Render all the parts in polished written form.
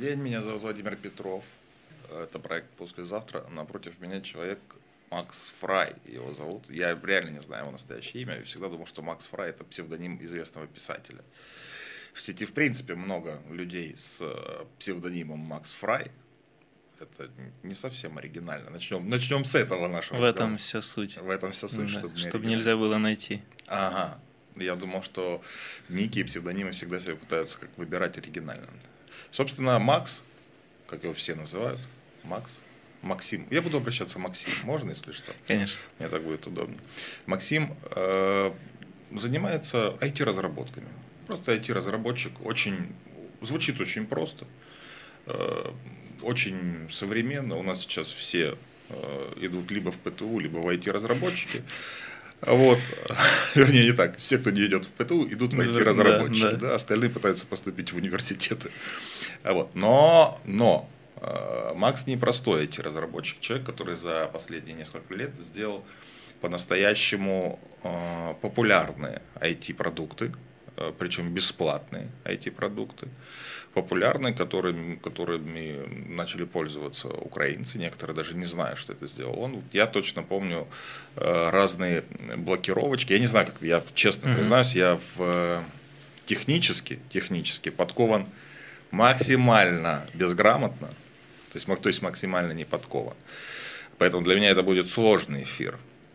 день, меня зовут Владимир Петров. Это проект «Послезавтра». Напротив меня человек Макс Фрай, его зовут. Я реально не знаю его настоящее имя. Я всегда думал, что Макс Фрай – это псевдоним известного писателя. В сети, в принципе, много людей с псевдонимом Макс Фрай. Это не совсем оригинально. Начнем с этого нашего разговора. В этом вся суть. В этом вся суть, да, чтобы нельзя было найти. Ага. Я думал, что ники и псевдонимы всегда себя пытаются как выбирать оригинально. Собственно, Макс, как его все называют, Максим. Я буду обращаться Максим, можно, если что? Конечно. Мне так будет удобно. Максим занимается IT-разработками. Просто IT-разработчик. Звучит очень просто, очень современно. У нас сейчас все идут либо в ПТУ, либо в IT-разработчики. Вот, вернее, не так. Все, кто не идет в ПТУ, идут в IT-разработчики, да, остальные пытаются поступить в университеты. Вот. Но Макс не простой IT-разработчик, человек, который за последние несколько лет сделал по-настоящему популярные IT-продукты, причем бесплатные IT-продукты, популярные, которыми начали пользоваться украинцы, некоторые даже не знают, что это сделал он. Я точно помню разные блокировочки. Я не знаю, как я честно признаюсь, я технически подкован максимально безграмотно, то есть максимально не подкован. Поэтому для меня это будет сложный эфир.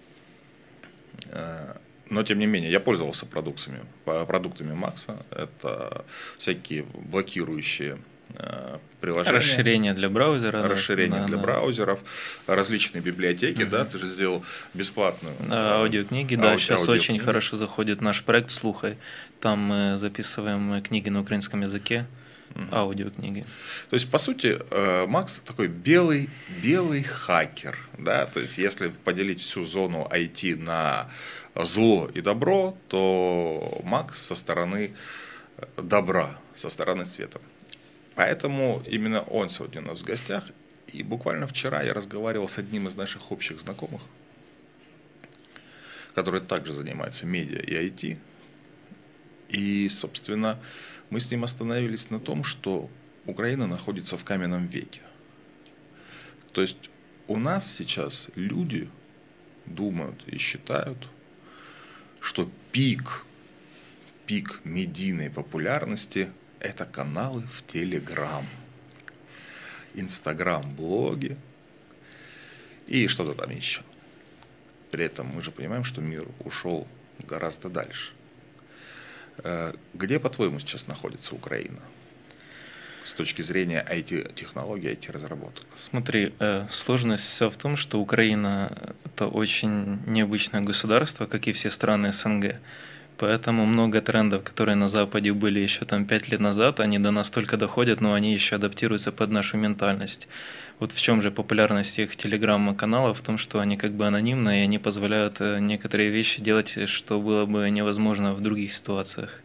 Но, тем не менее, я пользовался продуктами Макса. Это всякие блокирующие приложения. Расширения для браузера. Расширения для браузеров, различные библиотеки. Да, ты же сделал бесплатную. Аудиокниги, да, сейчас очень хорошо заходит наш проект «Слухай». Там мы записываем книги на украинском языке. Аудиокниги. То есть, по сути, Макс такой белый хакер. Да? То есть, если поделить всю зону IT на зло и добро, то Макс со стороны добра, со стороны света. Поэтому именно он сегодня у нас в гостях. И буквально вчера я разговаривал с одним из наших общих знакомых, который также занимается медиа и IT. И, собственно, мы с ним остановились на том, что Украина находится в каменном веке. То есть у нас сейчас люди думают и считают, что пик медийной популярности – это каналы в Телеграм, Инстаграм-блоги и что-то там еще. При этом мы же понимаем, что мир ушел гораздо дальше. Где, по-твоему, сейчас находится Украина с точки зрения IT-технологий, IT-разработок? Смотри, сложность вся в том, что Украина – это очень необычное государство, как и все страны СНГ. Поэтому много трендов, которые на Западе были еще там 5 лет назад, они до нас только доходят, но они еще адаптируются под нашу ментальность. Вот в чем же популярность их телеграм-каналов? В том, что они как бы анонимны, и они позволяют некоторые вещи делать, что было бы невозможно в других ситуациях.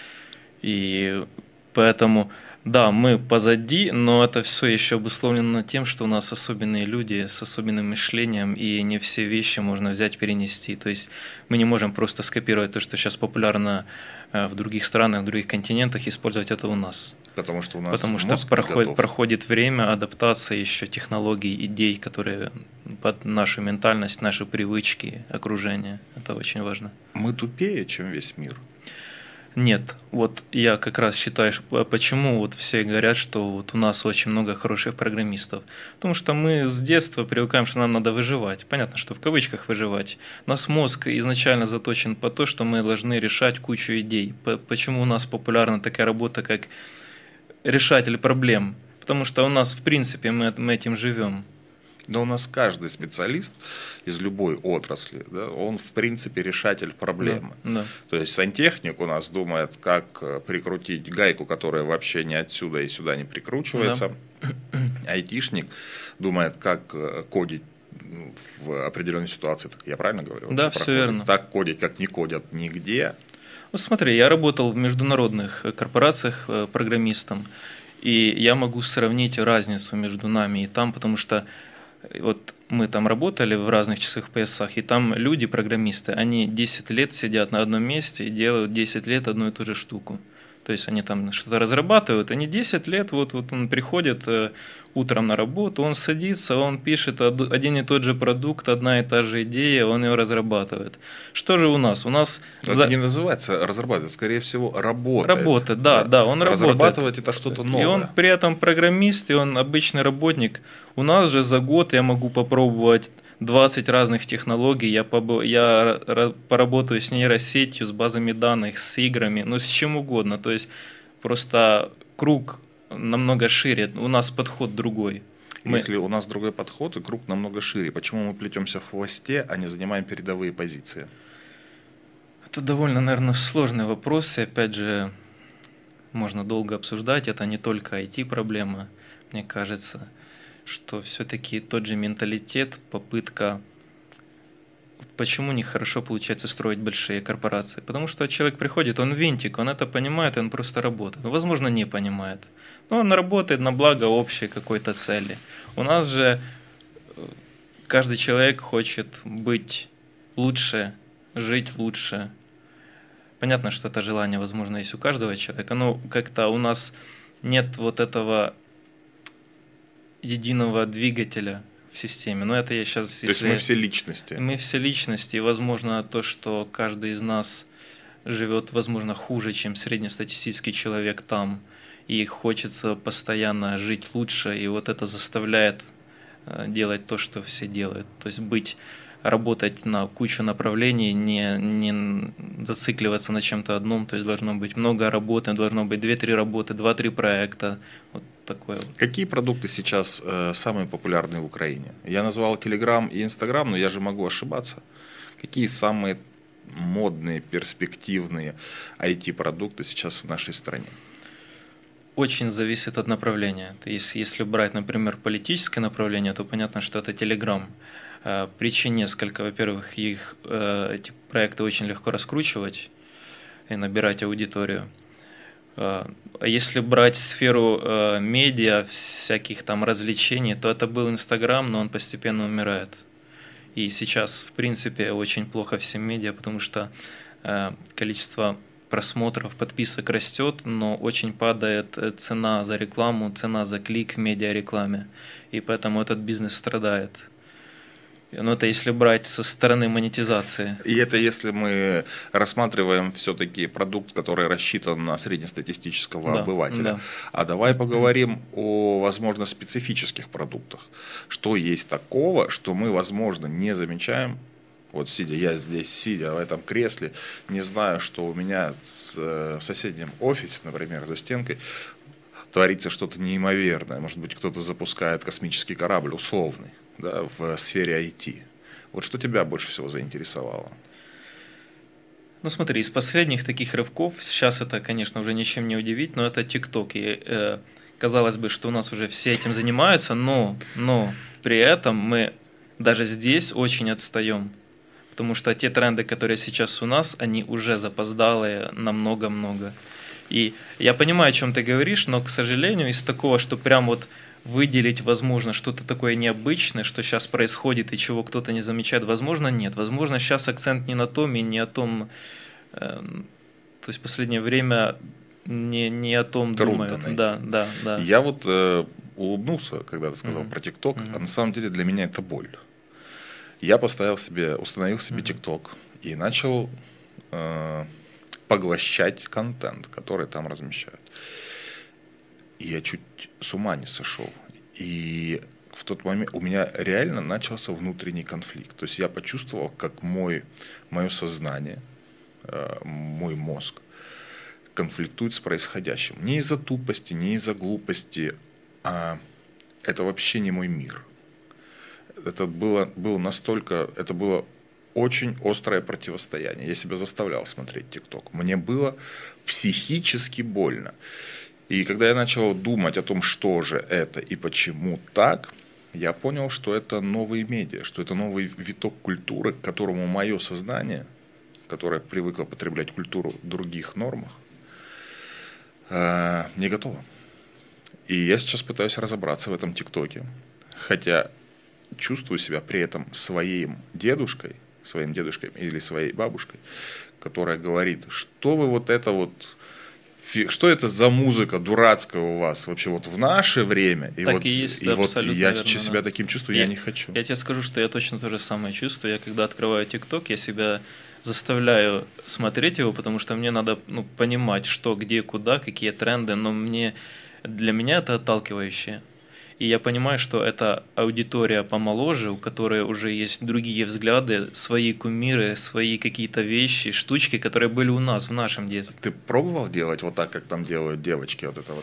И поэтому, да, мы позади, но это все еще обусловлено тем, что у нас особенные люди с особенным мышлением, и не все вещи можно взять, перенести. То есть мы не можем просто скопировать то, что сейчас популярно в других странах, в других континентах, и использовать это у нас. Потому что у нас проходит время адаптации еще технологий, идей, которые под нашу ментальность, наши привычки, окружение. Это очень важно. Мы тупее, чем весь мир. Нет, вот я как раз считаю, почему вот все говорят, что вот у нас очень много хороших программистов. Потому что мы с детства привыкаем, что нам надо выживать. Понятно, что в кавычках выживать. У нас мозг изначально заточен по то, что мы должны решать кучу идей. Почему у нас популярна такая работа, как решатель проблем? Потому что у нас, в принципе, мы этим живем. Да у нас каждый специалист из любой отрасли, да, он в принципе решатель проблемы. Да. То есть сантехник у нас думает, как прикрутить гайку, которая вообще не отсюда и сюда не прикручивается. Да. Айтишник думает, как кодить в определенной ситуации. Так я правильно говорю? Да, все верно. Так кодить, как не кодят нигде. Ну смотри, я работал в международных корпорациях программистом, и я могу сравнить разницу между нами и там, потому что вот мы там работали в разных часовых поясах, и там люди, программисты, они 10 лет сидят на одном месте и делают 10 лет одну и ту же штуку. То есть они там что-то разрабатывают, они 10 лет, вот он приходит утром на работу, он садится, он пишет один и тот же продукт, одна и та же идея, он ее разрабатывает. Что же у нас? У нас... Это не называется разрабатывать, скорее всего, работает. Работает, да, он работает. Разрабатывать это что-то новое. И он при этом программист, и он обычный работник. У нас же за год я могу попробовать 20 разных технологий, я поработаю с нейросетью, с базами данных, с играми, ну с чем угодно. То есть просто круг намного шире, у нас подход другой. Если у нас другой подход и круг намного шире, почему мы плетемся в хвосте, а не занимаем передовые позиции? Это довольно, наверное, сложный вопрос, и опять же, можно долго обсуждать, это не только IT-проблема, мне кажется, что все-таки тот же менталитет, попытка... Почему нехорошо получается строить большие корпорации? Потому что человек приходит, он винтик, он это понимает, и он просто работает. Возможно, не понимает. Но он работает на благо общей какой-то цели. У нас же каждый человек хочет быть лучше, жить лучше. Понятно, что это желание, возможно, есть у каждого человека, но как-то у нас нет вот этого единого двигателя в системе. Но это я сейчас... То есть мы все личности. Мы все личности, и, возможно, то, что каждый из нас живет, возможно, хуже, чем среднестатистический человек там, и хочется постоянно жить лучше, и вот это заставляет делать то, что все делают. То есть работать на кучу направлений, не зацикливаться на чем-то одном, то есть должно быть много работы, должно быть 2-3 работы, 2-3 проекта, вот такое вот. Какие продукты сейчас самые популярные в Украине? Я назвал Telegram и Instagram, но я же могу ошибаться. Какие самые модные, перспективные IT-продукты сейчас в нашей стране? Очень зависит от направления. Если брать, например, политическое направление, то понятно, что это Telegram. Причин несколько. Во-первых, эти проекты очень легко раскручивать и набирать аудиторию. А если брать сферу медиа, всяких там развлечений, то это был Инстаграм, но он постепенно умирает. И сейчас, в принципе, очень плохо всем медиа, потому что количество просмотров, подписок растет, но очень падает цена за рекламу, цена за клик в медиарекламе. И поэтому этот бизнес страдает. Но это если брать со стороны монетизации. И это если мы рассматриваем все-таки продукт, который рассчитан на среднестатистического обывателя. Да. А давай поговорим о, возможно, специфических продуктах. Что есть такого, что мы, возможно, не замечаем? Вот я здесь, сидя в этом кресле, не знаю, что у меня в соседнем офисе, например, за стенкой, творится что-то неимоверное. Может быть, кто-то запускает космический корабль, условный, да, в сфере IT. Вот что тебя больше всего заинтересовало? Ну смотри, из последних таких рывков, сейчас это, конечно, уже ничем не удивить, но это TikTok. И казалось бы, что у нас уже все этим занимаются, но при этом мы даже здесь очень отстаем. Потому что те тренды, которые сейчас у нас, они уже запоздалые на много-много. И я понимаю, о чем ты говоришь, но, к сожалению, из такого, что прям вот выделить, возможно, что-то такое необычное, что сейчас происходит и чего кто-то не замечает, возможно, нет. Возможно, сейчас акцент не на том и не о том, то есть в последнее время не о том Трудно думают. найти. Да. Я вот улыбнулся, когда ты сказал про ТикТок, а на самом деле для меня это боль. Я установил себе ТикТок и начал поглощать контент, который там размещают. И я чуть с ума не сошел. И в тот момент у меня реально начался внутренний конфликт. То есть я почувствовал, как мое сознание, мой мозг конфликтует с происходящим. Не из-за тупости, не из-за глупости, а это вообще не мой мир. Это было очень острое противостояние. Я себя заставлял смотреть ТикТок. Мне было психически больно. И когда я начал думать о том, что же это и почему так, я понял, что это новые медиа, что это новый виток культуры, к которому мое сознание, которое привыкло потреблять культуру в других нормах, не готово. И я сейчас пытаюсь разобраться в этом ТикТоке, хотя чувствую себя при этом своим дедушкой или своей бабушкой, которая говорит, что вы вот это вот что это за музыка дурацкая у вас вообще вот в наше время? И так вот, и есть, и вот я себя таким чувствую, я не хочу. Я тебе скажу, что я точно то же самое чувствую. Я когда открываю ТикТок, я себя заставляю смотреть его, потому что мне надо понимать, что, где, куда, какие тренды, но для меня это отталкивающе. И я понимаю, что это аудитория помоложе, у которой уже есть другие взгляды, свои кумиры, свои какие-то вещи, штучки, которые были у нас в нашем детстве. Ты пробовал делать вот так, как там делают девочки, вот это вот?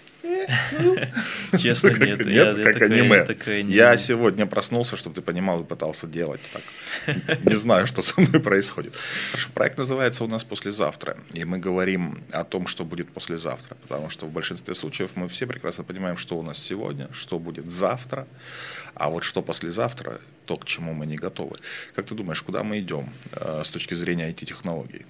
Честно, нет. Нет, как аниме. Я сегодня проснулся, чтобы ты понимал, и пытался делать так. Не знаю, что со мной происходит. Хорошо, проект называется у нас «Послезавтра», и мы говорим о том, что будет послезавтра, потому что в большинстве случаев мы все прекрасно понимаем, что у нас сегодня, что будет завтра, а вот что послезавтра, то, к чему мы не готовы. Как ты думаешь, куда мы идем с точки зрения IT-технологий?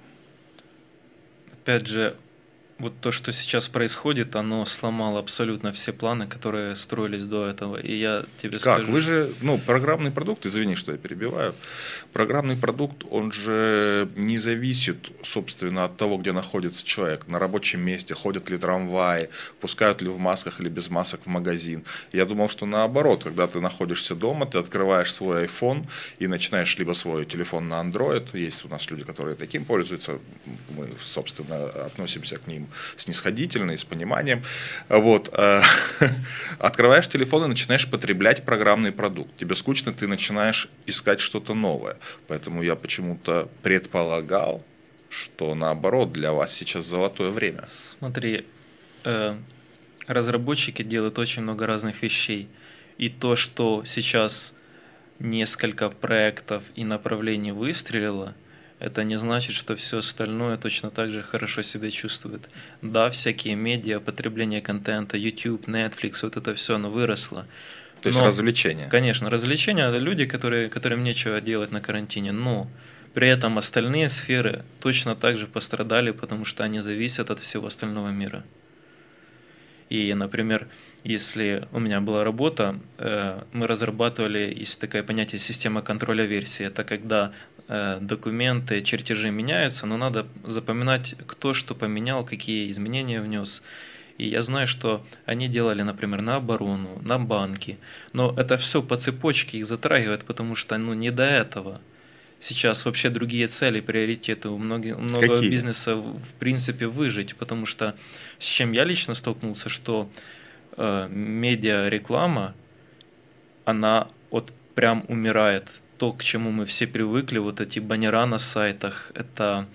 Опять же, вот то, что сейчас происходит, оно сломало абсолютно все планы, которые строились до этого. И я тебе скажу... Как? Вы же, программный продукт, извини, что я перебиваю, программный продукт, он же не зависит, собственно, от того, где находится человек, на рабочем месте, ходят ли трамваи, пускают ли в масках или без масок в магазин. Я думал, что наоборот, когда ты находишься дома, ты открываешь свой iPhone и начинаешь либо свой телефон на Android, есть у нас люди, которые таким пользуются, мы, собственно, относимся к ним снисходительно и с пониманием. Вот. Открываешь телефон и начинаешь потреблять программный продукт. Тебе скучно, ты начинаешь искать что-то новое. Поэтому я почему-то предполагал, что наоборот, для вас сейчас золотое время. Смотри, разработчики делают очень много разных вещей. И то, что сейчас несколько проектов и направлений выстрелило, это не значит, что все остальное точно так же хорошо себя чувствует. Да, всякие медиа, потребление контента, YouTube, Netflix, вот это все, оно выросло. То есть развлечения. Конечно, развлечения – это люди, которым нечего делать на карантине, но при этом остальные сферы точно так же пострадали, потому что они зависят от всего остального мира. И, например, если у меня была работа, мы разрабатывали, есть такое понятие система контроля версии. Это когда документы, чертежи меняются, но надо запоминать, кто что поменял, какие изменения внес. И я знаю, что они делали, например, на оборону, на банки. Но это все по цепочке их затрагивает, потому что не до этого. Сейчас вообще другие цели, приоритеты у много бизнеса в принципе выжить, потому что с чем я лично столкнулся, что медиа-реклама, она вот прям умирает. То, к чему мы все привыкли, вот эти баннера на сайтах, это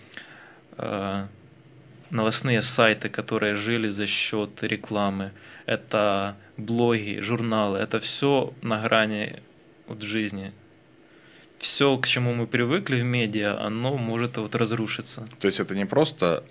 новостные сайты, которые жили за счет рекламы, это блоги, журналы, это все на грани жизни. Все, к чему мы привыкли в медиа, оно может разрушиться. То есть это не просто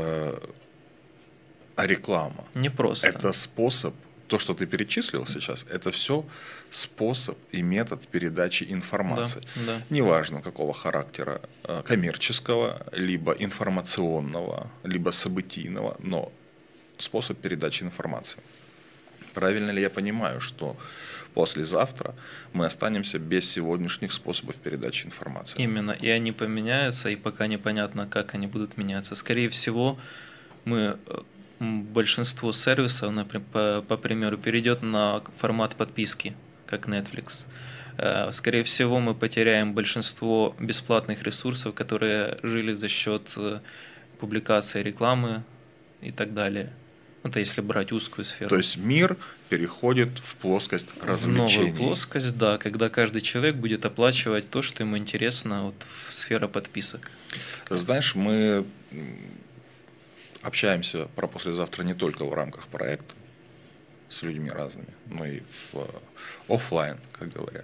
реклама. Не просто. Это способ, то, что ты перечислил сейчас, это все способ и метод передачи информации. Да. Неважно, какого характера, коммерческого, либо информационного, либо событийного, но способ передачи информации. Правильно ли я понимаю, что послезавтра мы останемся без сегодняшних способов передачи информации? Именно, и они поменяются, и пока непонятно, как они будут меняться. Скорее всего, большинство сервисов, например, по примеру, перейдет на формат подписки, как Netflix. Скорее всего, мы потеряем большинство бесплатных ресурсов, которые жили за счет публикации рекламы и так далее. Это если брать узкую сферу. То есть мир переходит в плоскость развлечений. В новую плоскость, да, когда каждый человек будет оплачивать то, что ему интересно, в сфера подписок. Знаешь, мы общаемся про послезавтра не только в рамках проекта с людьми разными, но и в офлайн, как говорят.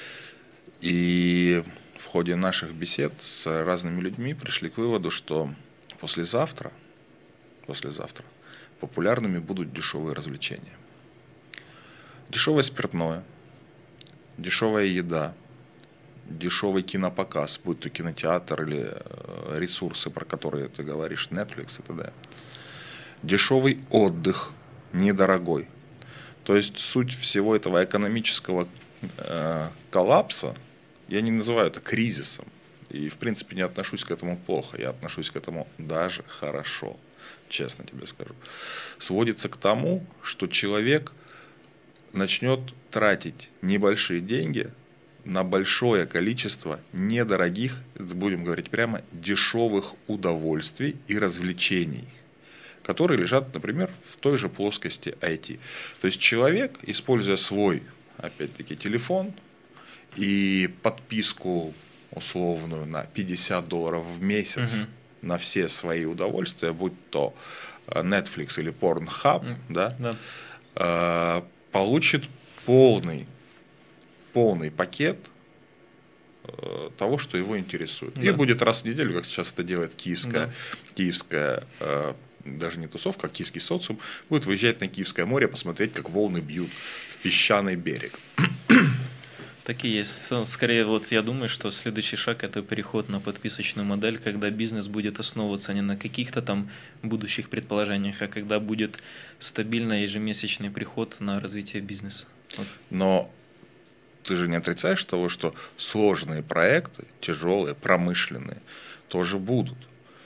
И в ходе наших бесед с разными людьми пришли к выводу, что послезавтра популярными будут дешевые развлечения. Дешевое спиртное, дешевая еда, дешевый кинопоказ, будь то кинотеатр или ресурсы, про которые ты говоришь, Netflix и т.д. Дешевый отдых, недорогой. То есть суть всего этого экономического коллапса, я не называю это кризисом, и в принципе не отношусь к этому плохо, я отношусь к этому даже хорошо, честно тебе скажу, сводится к тому, что человек начнет тратить небольшие деньги на большое количество недорогих, будем говорить прямо, дешевых удовольствий и развлечений, которые лежат, например, в той же плоскости IT. То есть человек, используя свой, опять-таки, телефон и подписку условную на $50 в месяц на все свои удовольствия, будь то Netflix или Pornhub, получит полный пакет того, что его интересует. И будет раз в неделю, как сейчас это делает киевская даже не тусовка, а киевский социум, будет выезжать на Киевское море, посмотреть, как волны бьют в песчаный берег. Так и есть. Скорее, вот я думаю, что следующий шаг – это переход на подписочную модель, когда бизнес будет основываться не на каких-то там будущих предположениях, а когда будет стабильный ежемесячный приход на развитие бизнеса. Вот. Но ты же не отрицаешь того, что сложные проекты, тяжелые, промышленные, тоже будут.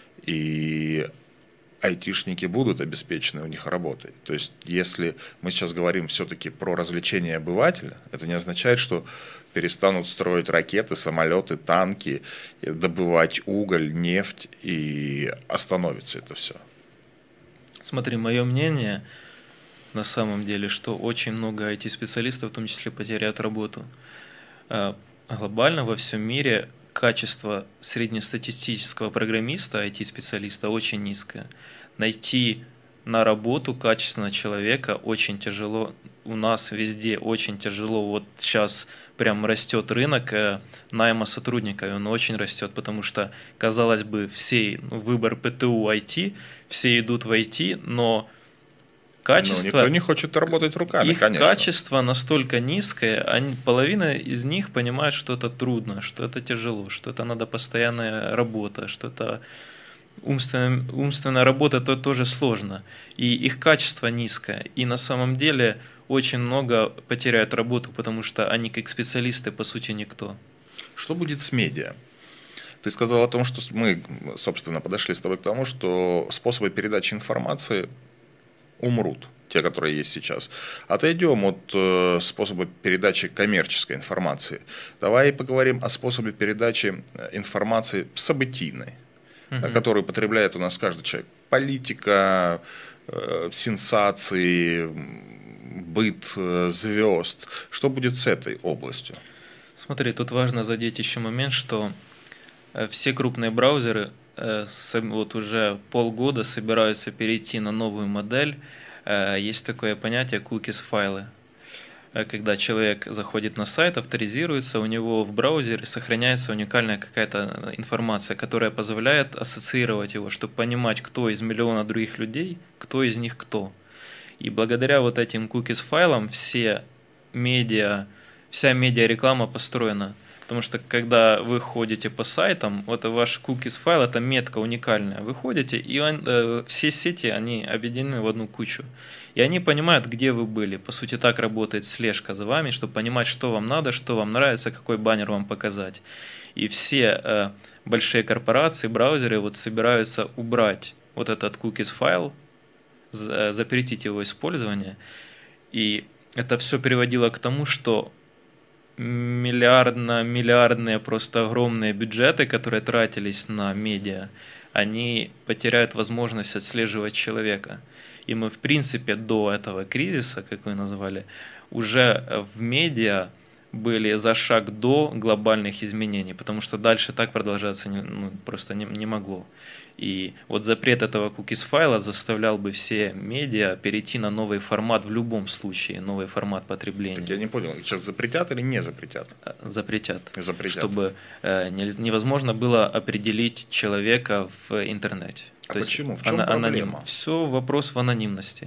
И айтишники будут обеспечены у них работой. То есть, если мы сейчас говорим все-таки про развлечение обывателя, это не означает, что перестанут строить ракеты, самолеты, танки, добывать уголь, нефть и остановится это все. Смотри, мое мнение на самом деле, что очень много IT-специалистов в том числе потеряют работу. Глобально во всем мире качество среднестатистического программиста, IT-специалиста, очень низкое. Найти на работу качественного человека очень тяжело. У нас везде очень тяжело. Вот сейчас прям растет рынок найма сотрудника, и он очень растет, потому что, казалось бы, выбор ПТУ IT, все идут в IT, но качество... Никто не хочет работать руками, их конечно. Качество настолько низкое, половина из них понимает, что это трудно, что это тяжело, что это надо постоянная работа, что это умственная работа, то тоже сложно. И их качество низкое. И на самом деле очень много потеряют работу, потому что они как специалисты, по сути, никто. Что будет с медиа? Ты сказал о том, что мы, собственно, подошли с тобой к тому, что способы передачи информации умрут, те, которые есть сейчас. Отойдем от способа передачи коммерческой информации. Давай поговорим о способе передачи информации событийной, которую потребляет у нас каждый человек. Политика, сенсации, быт звезд. Что будет с этой областью? Смотри, тут важно задеть еще момент, что все крупные браузеры вот уже полгода собираются перейти на новую модель. Есть такое понятие cookies-файлы. Когда человек заходит на сайт, авторизируется, у него в браузере сохраняется уникальная какая-то информация, которая позволяет ассоциировать его, чтобы понимать, кто из миллиона других людей, кто из них кто. И благодаря вот этим cookies-файлам вся медиа-реклама построена. Потому что когда вы ходите по сайтам, вот ваш cookies-файл – это метка уникальная. Вы ходите, и все сети, они объединены в одну кучу. И они понимают, где вы были. По сути, так работает слежка за вами, чтобы понимать, что вам надо, что вам нравится, какой баннер вам показать. И все большие корпорации, браузеры вот собираются убрать вот этот cookies-файл, запретить его использование. И это все приводило к тому, что миллиардные, просто огромные бюджеты, которые тратились на медиа, они потеряют возможность отслеживать человека. И мы, в принципе, до этого кризиса, как вы назвали, уже в медиа были за шаг до глобальных изменений, потому что дальше так продолжаться просто не могло. И вот запрет этого cookies-файла заставлял бы все медиа перейти на новый формат в любом случае, новый формат потребления. Так я не понял, сейчас запретят или не запретят? Запретят. Чтобы невозможно было определить человека в интернете. А почему? В чем проблема? Все вопрос в анонимности.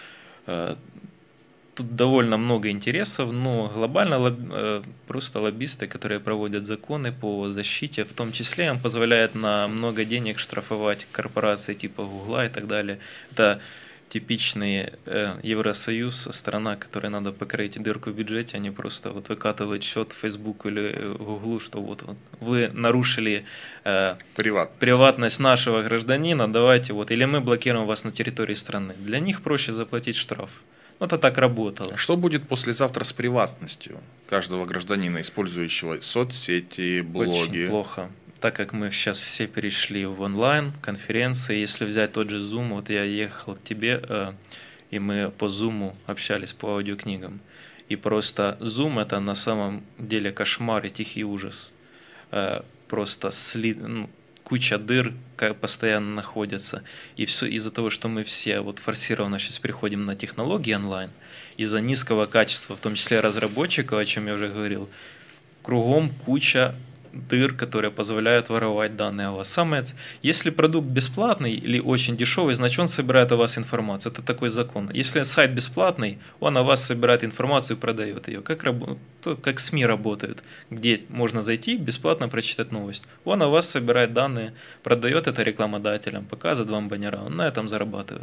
Тут довольно много интересов, но глобально просто лоббисты, которые проводят законы по защите, в том числе им позволяют на много денег штрафовать корпорации типа Гугла и так далее. Это типичный Евросоюз, страна, которой надо покрыть дырку в бюджете, они просто вот выкатывают счет в Facebook или Google, что вот вы нарушили приватность нашего гражданина, давайте вот, или мы блокируем вас на территории страны. Для них проще заплатить штраф. Это так работало. Что будет послезавтра с приватностью каждого гражданина, использующего соцсети, блоги? Очень плохо. Так как мы сейчас все перешли в онлайн конференции, если взять тот же Zoom, вот я ехал к тебе, и мы по Zoom общались по аудиокнигам. И просто Zoom — это на самом деле кошмар и тихий ужас. Просто куча дыр постоянно находятся. И все из-за того, что мы все вот форсированно сейчас переходим на технологии онлайн, из-за низкого качества, в том числе разработчиков, о чем я уже говорил, кругом куча дыр, которые позволяют воровать данные о вас. Если продукт бесплатный или очень дешевый, значит он собирает о вас информацию. Это такой закон. Если сайт бесплатный, он о вас собирает информацию и продает ее. Как СМИ работают, где можно зайти, бесплатно прочитать новость. Он о вас собирает данные, продает это рекламодателям, показывает вам баннера, он на этом зарабатывает.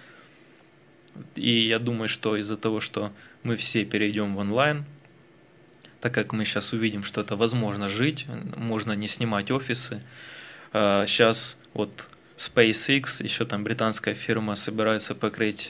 И я думаю, что из-за того, что мы все перейдем в онлайн, так как мы сейчас увидим, что это возможно жить, можно не снимать офисы. Сейчас вот SpaceX, еще там британская фирма, собирается покрыть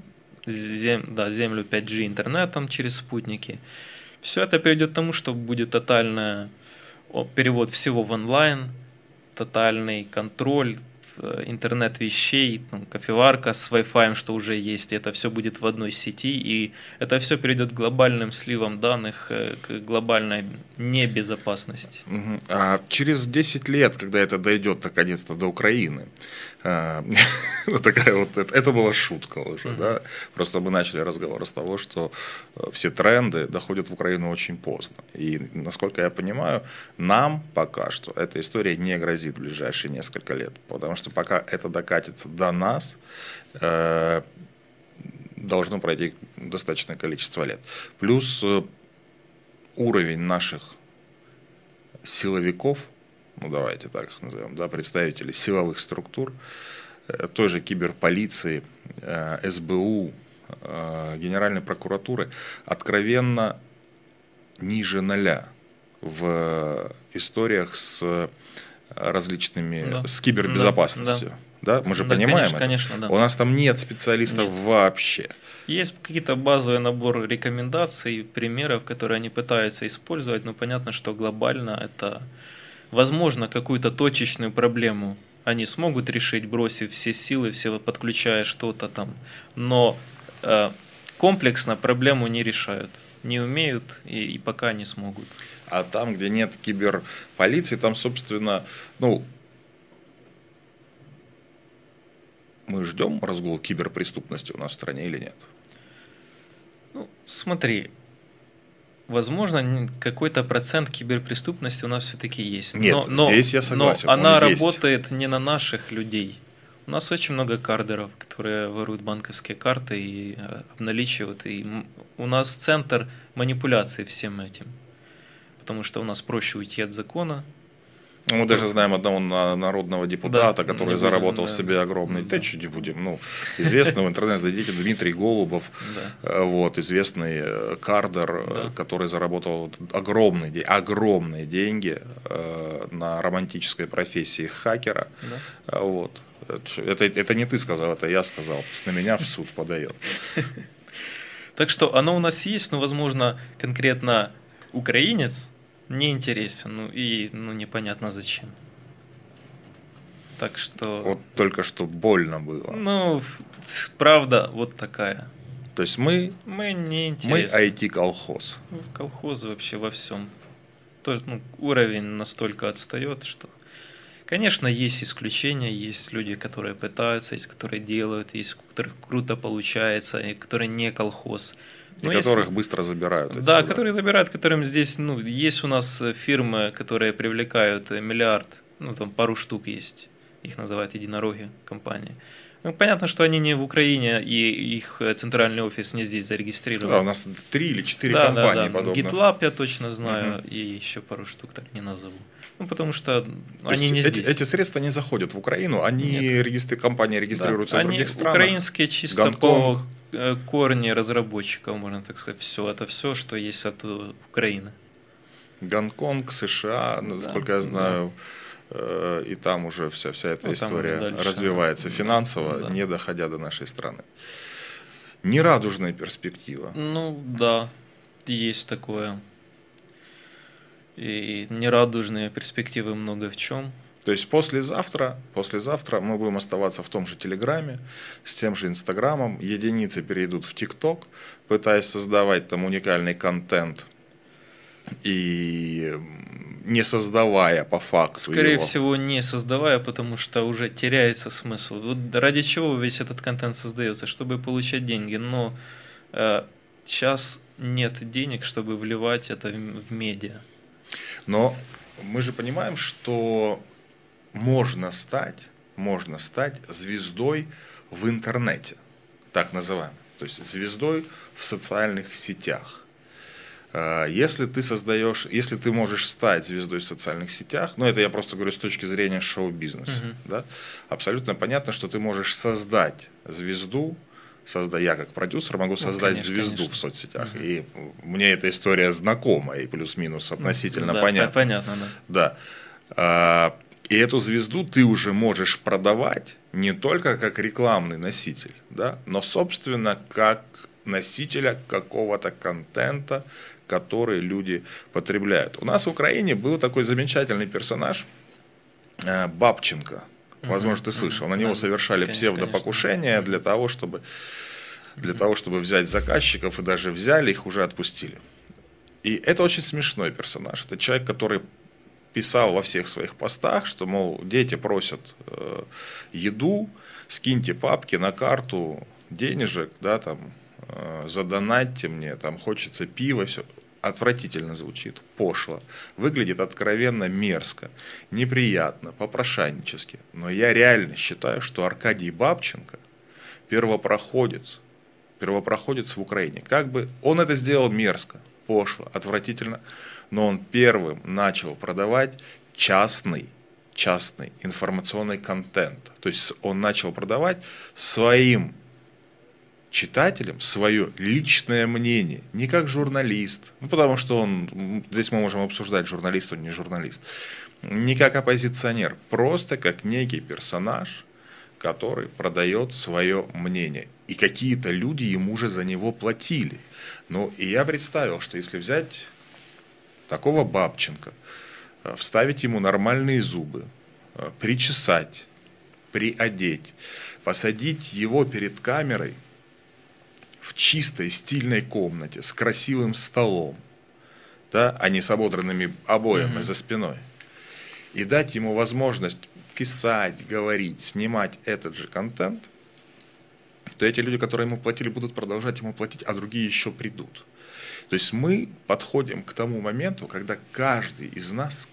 Землю 5G интернетом через спутники. Все это приведет к тому, что будет тотальный перевод всего в онлайн, тотальный контроль, интернет вещей, кофеварка с Wi-Fi, что уже есть, и это все будет в одной сети, и это все приведет к глобальным сливам данных, к глобальной небезопасности. А через 10 лет, когда это дойдет наконец-то до Украины, такая вот, это была шутка уже, да? Просто мы начали разговор с того, что все тренды доходят в Украину очень поздно. И, насколько я понимаю, нам пока что эта история не грозит в ближайшие несколько лет, потому что пока это докатится до нас, должно пройти достаточное количество лет. Плюс уровень наших силовиков, ну давайте так их назовем, да, представителей силовых структур, той же киберполиции, СБУ, Генеральной прокуратуры, откровенно ниже нуля в историях с различными, с кибербезопасностью. Да. Мы же понимаем конечно, это. Да. У нас там нет специалистов вообще. Есть какие-то базовые наборы рекомендаций, примеров, которые они пытаются использовать, но понятно, что глобально это, возможно, какую-то точечную проблему они смогут решить, бросив все силы, все подключая что-то там, но комплексно проблему не решают, не умеют и пока не смогут. А там, где нет киберполиции, там, собственно, мы ждем разгул киберпреступности у нас в стране или нет? Смотри, возможно, какой-то процент киберпреступности у нас все-таки есть. Нет, здесь я согласен. Но она работает не на наших людей. У нас очень много кардеров, которые воруют банковские карты и обналичивают. И у нас центр манипуляции всем этим. Потому что у нас проще уйти от закона. Мы даже знаем одного народного депутата, который заработал себе огромный... Да что не будем. Известный в интернете, зайдите, Дмитрий Голубов, известный кардер, который заработал огромные деньги на романтической профессии хакера. Да. Это не ты сказал, это я сказал. На меня в суд подает. Так что оно у нас есть, но, возможно, конкретно украинец не интересен, непонятно зачем. Так что... Вот только что больно было. Правда вот такая. То есть мы не интересны. Мы IT-колхоз. Колхоз вообще во всем. Уровень настолько отстает, что... Конечно, есть исключения, есть люди, которые пытаются, есть которые делают, есть у которых круто получается, и которые не колхоз. И которых быстро забирают отсюда. Да, которые забирают, которым здесь, есть у нас фирмы, которые привлекают миллиард, там пару штук есть, их называют единороги компании. Понятно, что они не в Украине, и их центральный офис не здесь зарегистрирован. Да, у нас 3 или 4 компании подобных. GitLab я точно знаю, и еще пару штук так не назову. Ну, потому что они не здесь. Эти средства не заходят в Украину, они компании регистрируются в других странах. Украинские чисто Гонконг. по корни разработчиков, можно так сказать. Все, что есть от Украины. Гонконг, США, насколько я знаю, и там уже вся эта история развивается финансово, не доходя до нашей страны. Нерадужная перспектива. Ну да, есть такое. И нерадужные перспективы много в чем. То есть послезавтра мы будем оставаться в том же Телеграме, с тем же Инстаграмом, единицы перейдут в ТикТок, пытаясь создавать там уникальный контент и не создавая по факту Скорее его. всего, не создавая, потому что уже теряется смысл. Вот ради чего весь этот контент создается? Чтобы получать деньги. Но сейчас нет денег, чтобы вливать это в медиа. Но мы же понимаем, что можно стать звездой в интернете, так называемой. То есть звездой в социальных сетях. Если ты можешь стать звездой в социальных сетях, это я просто говорю с точки зрения шоу-бизнеса, да, абсолютно понятно, что ты можешь создать звезду, я как продюсер могу создать звезду в соцсетях. И мне эта история знакома и плюс-минус относительно понятна. Понятно, да. Да. И эту звезду ты уже можешь продавать не только как рекламный носитель, да, но, собственно, как носителя какого-то контента, который люди потребляют. У нас в Украине был такой замечательный персонаж Бабченко. Возможно, ты слышал. На него совершали псевдопокушение для того, чтобы взять заказчиков, и даже взяли, их уже отпустили. И это очень смешной персонаж. Это человек, который писал во всех своих постах, что, мол, дети просят еду, скиньте папки на карту денежек, да, там, задонатьте мне, там хочется пива, все. Отвратительно звучит, пошло, выглядит откровенно мерзко, неприятно, попрошайнически. Но я реально считаю, что Аркадий Бабченко первопроходец в Украине. Как бы он это сделал мерзко, пошло, отвратительно, но он первым начал продавать частный информационный контент. То есть он начал продавать своим читателям свое личное мнение, не как журналист, потому что здесь мы можем обсуждать, журналист он не журналист, не как оппозиционер, просто как некий персонаж, который продает свое мнение. И какие-то люди ему же за него платили. И я представил, что если взять такого Бабченко, вставить ему нормальные зубы, причесать, приодеть, посадить его перед камерой, в чистой, стильной комнате, с красивым столом, да, а не с ободранными обоями за спиной, и дать ему возможность писать, говорить, снимать этот же контент, то эти люди, которые ему платили, будут продолжать ему платить, а другие еще придут. То есть мы подходим к тому моменту, когда каждый из нас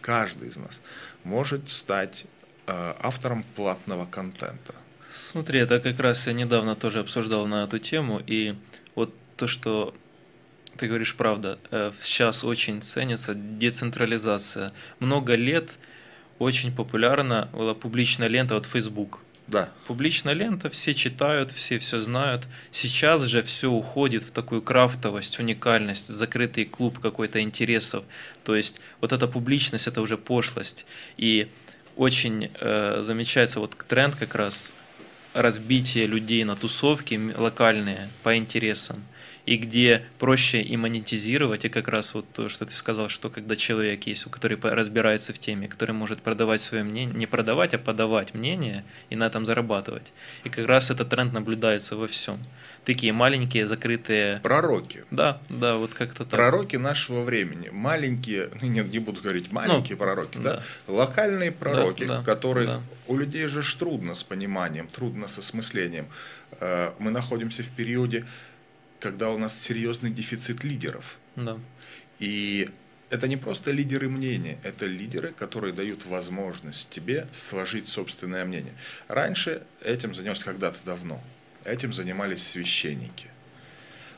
может стать автором платного контента. Смотри, это как раз я недавно тоже обсуждал на эту тему, и вот то, что ты говоришь, правда, сейчас очень ценится децентрализация. Много лет очень популярна была публичная лента, Facebook. Да. Публичная лента, все читают, все знают. Сейчас же все уходит в такую крафтовость, уникальность, закрытый клуб какой-то интересов. То есть вот эта публичность, это уже пошлость. И очень замечается вот тренд как раз разбитие людей на тусовки локальные по интересам, и где проще и монетизировать, и как раз вот то, что ты сказал, что когда человек есть, который разбирается в теме, который может продавать свое мнение, не продавать, а подавать мнение, и на этом зарабатывать. И как раз этот тренд наблюдается во всем. Такие маленькие, закрытые... Пророки. Да, вот как-то так. Пророки нашего времени. Маленькие, не буду говорить маленькие пророки, да? Локальные пророки, которые... У людей же трудно с пониманием, трудно с осмыслением. Мы находимся в периоде, когда у нас серьезный дефицит лидеров. Да. И это не просто лидеры мнения, это лидеры, которые дают возможность тебе сложить собственное мнение. Раньше этим занимались когда-то давно. Этим занимались священники.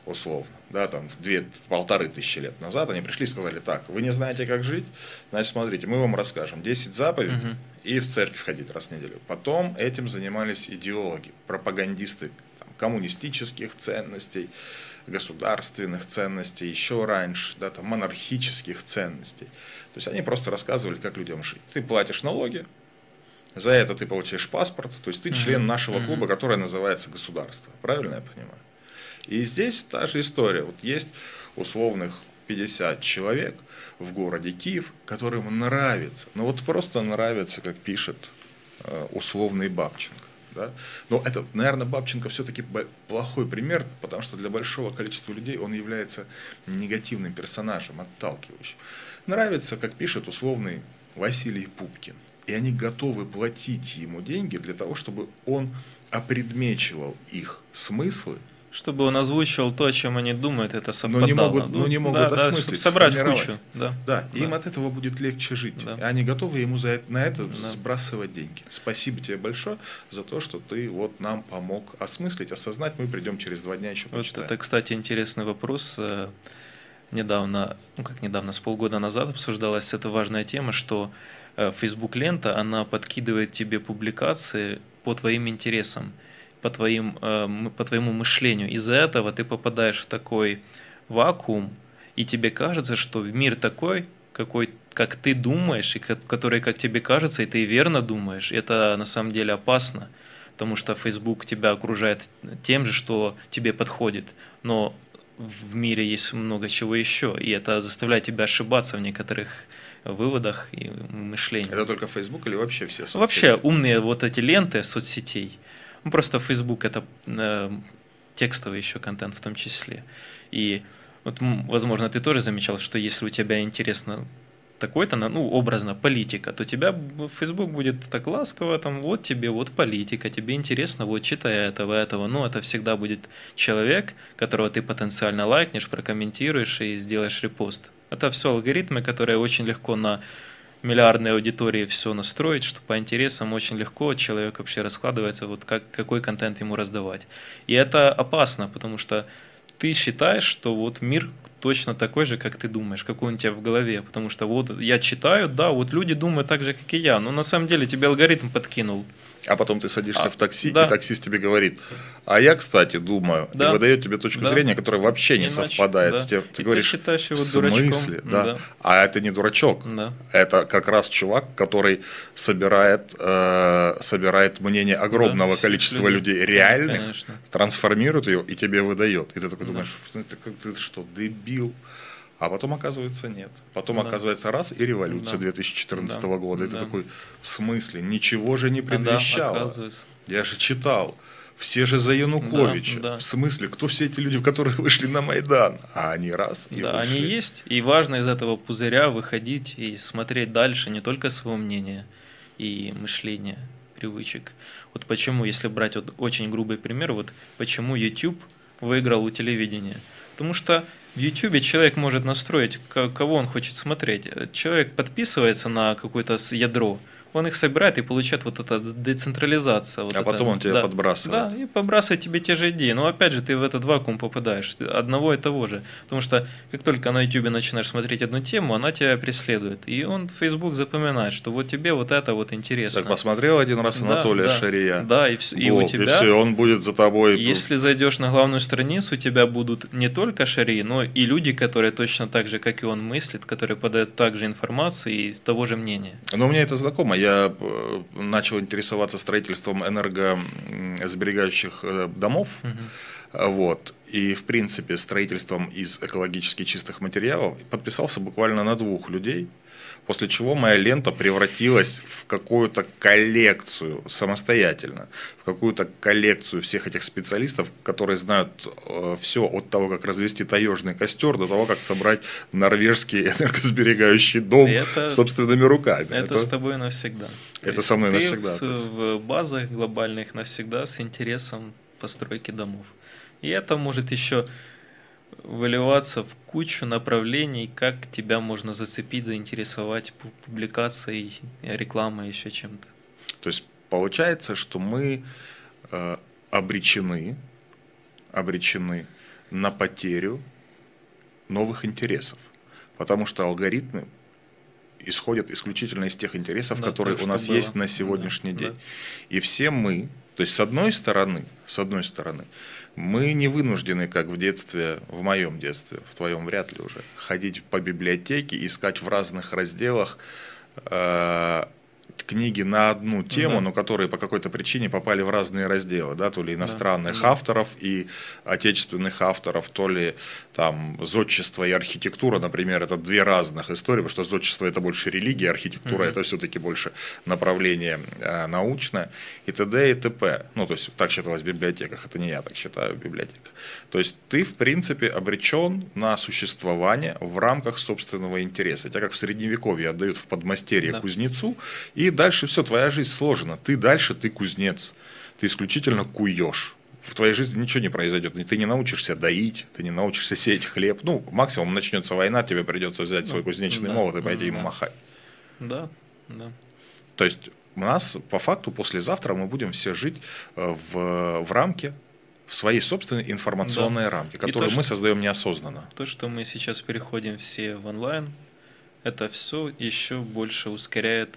условно, да, там 1500 лет назад они пришли и сказали: так, вы не знаете, как жить, значит, смотрите, мы вам расскажем 10 заповедей и в церковь ходить раз в неделю. Потом этим занимались идеологи, пропагандисты там, коммунистических ценностей, государственных ценностей, еще раньше, да, там, монархических ценностей. То есть они просто рассказывали, как людям жить. Ты платишь налоги, за это ты получаешь паспорт, то есть ты член нашего клуба, который называется государство. Правильно я понимаю? И здесь та же история. Вот есть условных 50 человек в городе Киев, которым нравится, ну вот просто нравится, как пишет условный Бабченко. Да? Но это, наверное, Бабченко все-таки плохой пример, потому что для большого количества людей он является негативным персонажем, отталкивающим. Нравится, как пишет условный Василий Пупкин. И они готовы платить ему деньги для того, чтобы он опредмечивал их смыслы. Чтобы он озвучивал то, о чем они думают, это совпадало. Но не могут осмыслить, собрать в кучу. Да, им от этого будет легче жить. Да. И они готовы ему на это сбрасывать деньги. Спасибо тебе большое за то, что ты вот нам помог осмыслить, осознать. Мы придем через 2 дня еще почитаем. Вот это, кстати, интересный вопрос. Недавно, с полгода назад обсуждалась эта важная тема, что Facebook-лента, она подкидывает тебе публикации по твоим интересам, по твоему мышлению. Из-за этого ты попадаешь в такой вакуум, и тебе кажется, что мир такой, как ты думаешь, и который, как тебе кажется, и ты верно думаешь. Это на самом деле опасно, потому что Facebook тебя окружает тем же, что тебе подходит. Но в мире есть много чего еще, и это заставляет тебя ошибаться в некоторых выводах и мышлении. Это только Facebook или вообще все соцсети? Вообще умные вот эти ленты соцсетей. Просто Facebook это текстовый еще контент в том числе. И вот, возможно, ты тоже замечал, что если у тебя интересно такой-то, образно, политика, то тебя Facebook будет так ласково, там, вот тебе, вот политика, тебе интересно, вот читай этого. Но это всегда будет человек, которого ты потенциально лайкнешь, прокомментируешь и сделаешь репост. Это все алгоритмы, которые очень легко на миллиардной аудитории все настроить, что по интересам очень легко человек вообще раскладывается, вот какой контент ему раздавать. И это опасно, потому что ты считаешь, что вот мир точно такой же, как ты думаешь, какой он у тебя в голове. Потому что вот я читаю, да, вот люди думают так же, как и я. Но на самом деле тебе алгоритм подкинул. А потом ты садишься в такси, и таксист тебе говорит: а я, кстати, думаю, и выдает тебе точку зрения, которая вообще не совпадает с тем. Ты говоришь: в смысле? Да. А это не дурачок. Это как раз чувак, который собирает мнение огромного количества людей реальных, трансформирует ее и тебе выдает. И ты такой думаешь: ты что, дебил? А потом, оказывается, нет. Потом, оказывается, раз, и революция 2014 года. И ты такой: в смысле? Ничего же не предвещало. Я же читал. Все же за Януковича. В смысле? Кто все эти люди, которые вышли на Майдан? А они раз и вышли. Они есть. И важно из этого пузыря выходить и смотреть дальше не только свое мнение и мышление, привычек. Вот почему, если брать вот очень грубый пример, вот почему YouTube выиграл у телевидения. Потому что в YouTube человек может настроить, кого он хочет смотреть. Человек подписывается на какое-то ядро, он их собирает и получает вот эта децентрализация. Вот потом он тебя подбрасывает. Да, и подбрасывает тебе те же идеи. Но опять же, ты в этот вакуум попадаешь, одного и того же. Потому что как только на YouTube начинаешь смотреть одну тему, она тебя преследует. И он, Facebook, запоминает, что вот тебе вот это вот интересно. Так посмотрел один раз Анатолия Шария. Да, и у тебя... И все, и он будет за тобой. Если зайдешь на главную страницу, у тебя будут не только Шарии, но и люди, которые точно так же, как и он, мыслят, которые подают также информацию и того же мнения. Но у меня это знакомо. Я начал интересоваться строительством энергосберегающих домов. Вот. И, в принципе, строительством из экологически чистых материалов подписался буквально на 2 людей, после чего моя лента превратилась в какую-то коллекцию самостоятельно, в какую-то коллекцию всех этих специалистов, которые знают все от того, как развести таежный костер, до того, как собрать норвежский энергосберегающий дом собственными руками. Это с тобой навсегда. Это со мной навсегда. Ты в базах глобальных навсегда с интересом постройки домов. И это может еще выливаться в кучу направлений, как тебя можно зацепить, заинтересовать публикацией, рекламой, еще чем-то. То есть получается, что мы обречены на потерю новых интересов. Потому что алгоритмы исходят исключительно из тех интересов, Да, которые так, у нас что есть было. на сегодняшний Да, день. да. И все мы, то есть с одной стороны, мы не вынуждены, как в детстве, в моем детстве, в твоем вряд ли уже, ходить по библиотеке, искать в разных разделах книги на одну тему, Да. но которые по какой-то причине попали в разные разделы, да, то ли иностранных Да. авторов и отечественных авторов, то ли там зодчество и архитектура, например, это две разных истории, потому что зодчество это больше религия, архитектура это все-таки больше направление научное и т.д. и т.п. Ну, то есть так считалось в библиотеках, это не я так считаю в библиотеках. То есть ты, в принципе, обречен на существование в рамках собственного интереса. Тебя как в Средневековье отдают в подмастерье кузнецу, и дальше все, твоя жизнь сложена. Ты кузнец. Ты исключительно куешь. В твоей жизни ничего не произойдет. Ты не научишься доить, ты не научишься сеять хлеб. Ну, максимум начнется война, тебе придется взять свой кузнечный молот и пойти им махать. Да, да. То есть у нас по факту послезавтра мы будем все жить в рамке, в своей собственной информационной рамке, которую мы создаем неосознанно. То, что мы сейчас переходим все в онлайн, это все еще больше ускоряет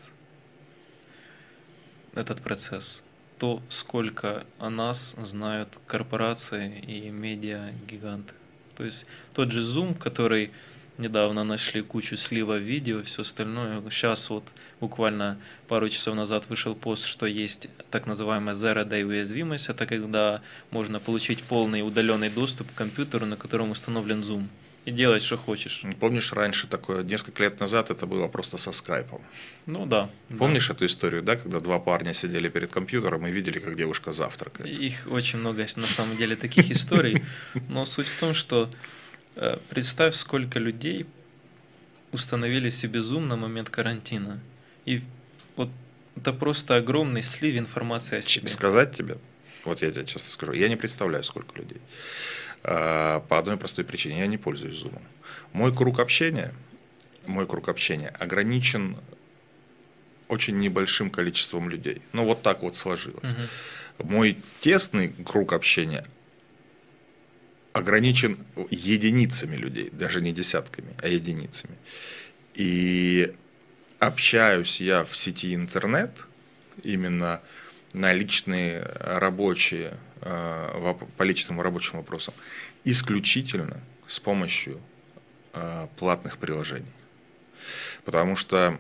этот процесс. То, сколько о нас знают корпорации и медиа-гиганты. То есть тот же Zoom, который недавно нашли кучу слива видео, все остальное. Сейчас вот буквально пару часов назад вышел пост, что есть так называемая Zero Day уязвимость. Это когда можно получить полный удаленный доступ к компьютеру, на котором установлен Zoom. И делать, что хочешь. Помнишь, раньше такое, несколько лет назад это было просто со скайпом? Ну да. Помнишь эту историю, да, когда два парня сидели перед компьютером и видели, как девушка завтракает? Их очень много, на самом деле, таких историй. Но суть в том, что представь, сколько людей установили себе Zoom на момент карантина. И вот это просто огромный слив информации о себе. Сказать тебе, вот я тебе честно скажу, я не представляю, сколько людей. По одной простой причине. Я не пользуюсь Zoom. Мой круг общения ограничен очень небольшим количеством людей. Ну, вот так вот сложилось. Мой тесный круг общения ограничен единицами людей, даже не десятками, а единицами. И общаюсь я в сети интернет именно на личные рабочие, по личным рабочим вопросам, исключительно с помощью платных приложений. Потому что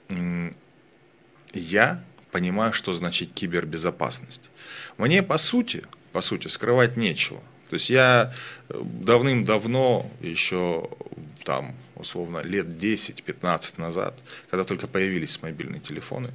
я понимаю, что значит кибербезопасность. Мне, по сути, скрывать нечего. То есть я давным-давно, еще там, условно, лет 10-15 назад, когда только появились мобильные телефоны,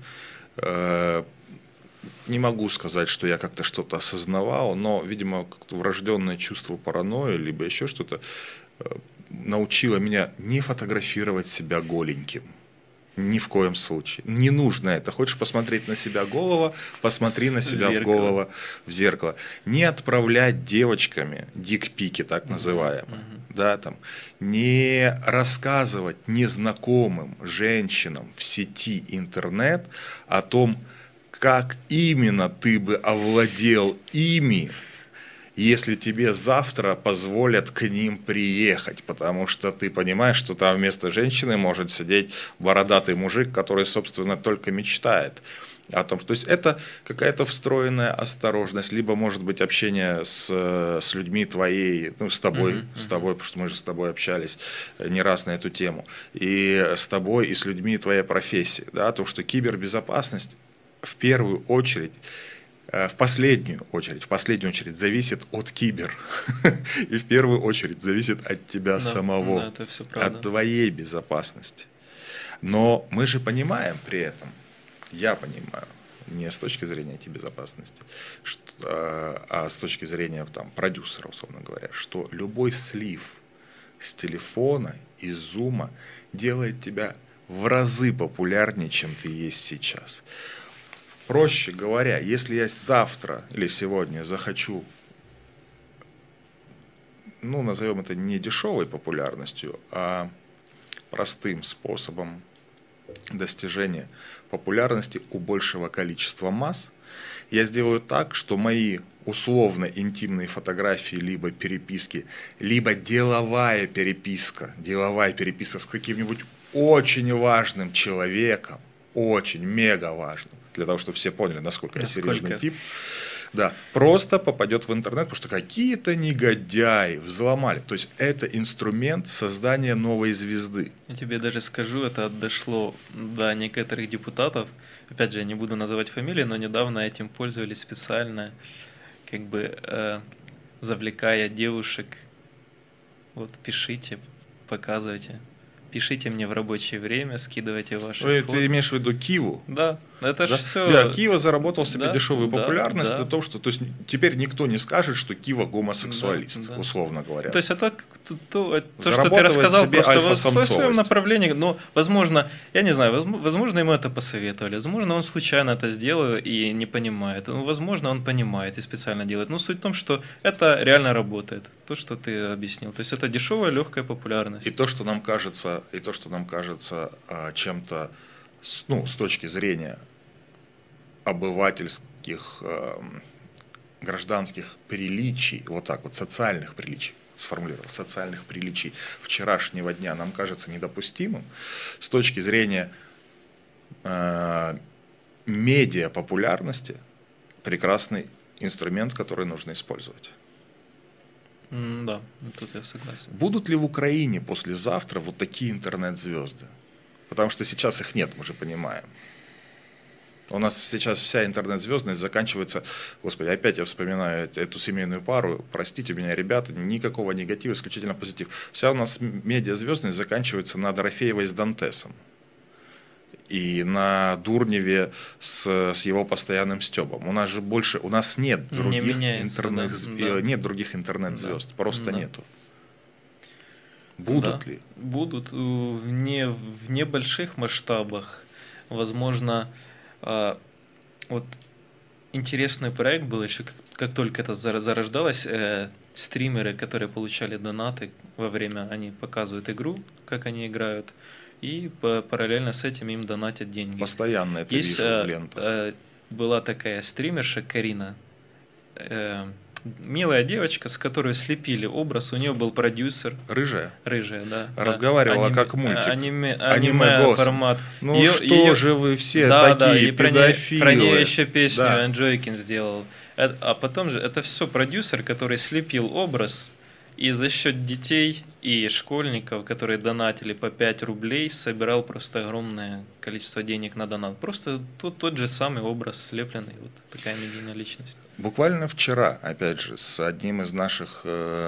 не могу сказать, что я как-то что-то осознавал, но, видимо, как-то врожденное чувство паранойи, либо еще что-то, научило меня не фотографировать себя голеньким. Ни в коем случае. Не нужно это. Хочешь посмотреть на себя голова, посмотри на себя в зеркало. Не отправлять девочками дикпики, так называемые. Да, там. Не рассказывать незнакомым женщинам в сети интернет о том, как именно ты бы овладел ими, если тебе завтра позволят к ним приехать, потому что ты понимаешь, что там вместо женщины может сидеть бородатый мужик, который, собственно, только мечтает о том, что... То есть это какая-то встроенная осторожность, либо, может быть, общение с людьми твоей, ну, с тобой, потому что мы же с тобой общались не раз на эту тему, и с тобой, и с людьми твоей профессии, да, о том, что кибербезопасность в первую очередь, в последнюю очередь зависит от кибер. И в первую очередь зависит от тебя самого, это все правда. от твоей безопасности. Но мы же понимаем при этом, я понимаю, не с точки зрения IT-безопасности, а с точки зрения там, продюсера, условно говоря, что любой слив с телефона, из зума делает тебя в разы популярнее, чем ты есть сейчас. Проще говоря, если я завтра или сегодня захочу, ну, назовем это не дешевой популярностью, а простым способом достижения популярности у большего количества масс, я сделаю так, что мои условно интимные фотографии, либо переписки, либо деловая переписка с каким-нибудь очень важным человеком, очень мега важным, для того, чтобы все поняли, насколько я серьезный тип, да, просто попадет в интернет, потому что какие-то негодяи взломали. То есть это инструмент создания новой звезды. Я тебе даже скажу, это дошло до некоторых депутатов. Опять же, я не буду называть фамилии, но недавно этим пользовались специально, как бы завлекая девушек. Вот пишите, показывайте. Пишите мне в рабочее время, скидывайте ваши фото. Ты имеешь в виду Киву? Да, это же все. Да, Кива заработал себе дешевую популярность для того, что то есть, теперь никто не скажет, что Кива гомосексуалист, условно говоря. То есть это то, что ты рассказал, просто в своем направлении. Но, возможно, я не знаю, возможно, ему это посоветовали. Возможно, он случайно это сделал и не понимает. Ну, возможно, он понимает и специально делает. Но суть в том, что это реально работает. То, что ты объяснил. То есть это дешевая, легкая популярность. И то, что нам кажется чем-то, ну, с точки зрения обывательских, гражданских приличий, вот так вот, социальных приличий, сформулировал, социальных приличий вчерашнего дня нам кажется недопустимым, с точки зрения медиа-популярности прекрасный инструмент, который нужно использовать. Да, тут я согласен. Будут ли в Украине послезавтра вот такие интернет-звезды? Потому что сейчас их нет, мы же понимаем. У нас сейчас вся интернет-звездность заканчивается, господи, опять я вспоминаю эту семейную пару, простите меня, ребята, никакого негатива, исключительно позитив. Вся у нас медиазвездность заканчивается на Дорофеевой с Дантесом. И на Дурневе с его постоянным стёбом. У нас же больше, у нас нет других интернет-звезд, просто нету. Будут ли? Будут в небольших масштабах. Возможно, вот интересный проект был еще, как только это зарождалось, стримеры, которые получали донаты во время, они показывают игру, как они играют, и параллельно с этим им донатят деньги. Постоянно это вижу в лентах. Была такая стримерша Карина, милая девочка, с которой слепили образ, у нее был продюсер. Рыжая? Рыжая, да. Разговаривала как мультик. Аниме формат. Ну что же вы все такие педофилы. Про нее еще песню Анджойкин сделал. А потом же это все продюсер, который слепил образ, и за счет детей и школьников, которые донатили по 5 рублей, собирал просто огромное количество денег на донат. Просто тот же самый образ слепленный, вот такая медийная личность. Буквально вчера, опять же, с одним из наших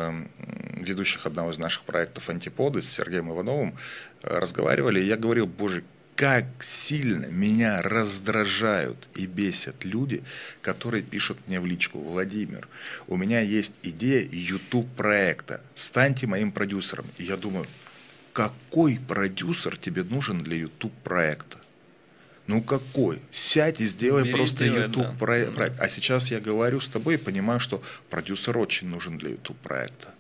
ведущих одного из наших проектов «Антиподы», с Сергеем Ивановым, разговаривали, и я говорил, боже, как сильно меня раздражают и бесят люди, которые пишут мне в личку: Владимир, у меня есть идея YouTube-проекта, станьте моим продюсером. И я думаю, какой продюсер тебе нужен для YouTube-проекта? Ну какой? Сядь и сделай просто YouTube-проект. Да. А сейчас я говорю с тобой и понимаю, что продюсер очень нужен для YouTube-проекта.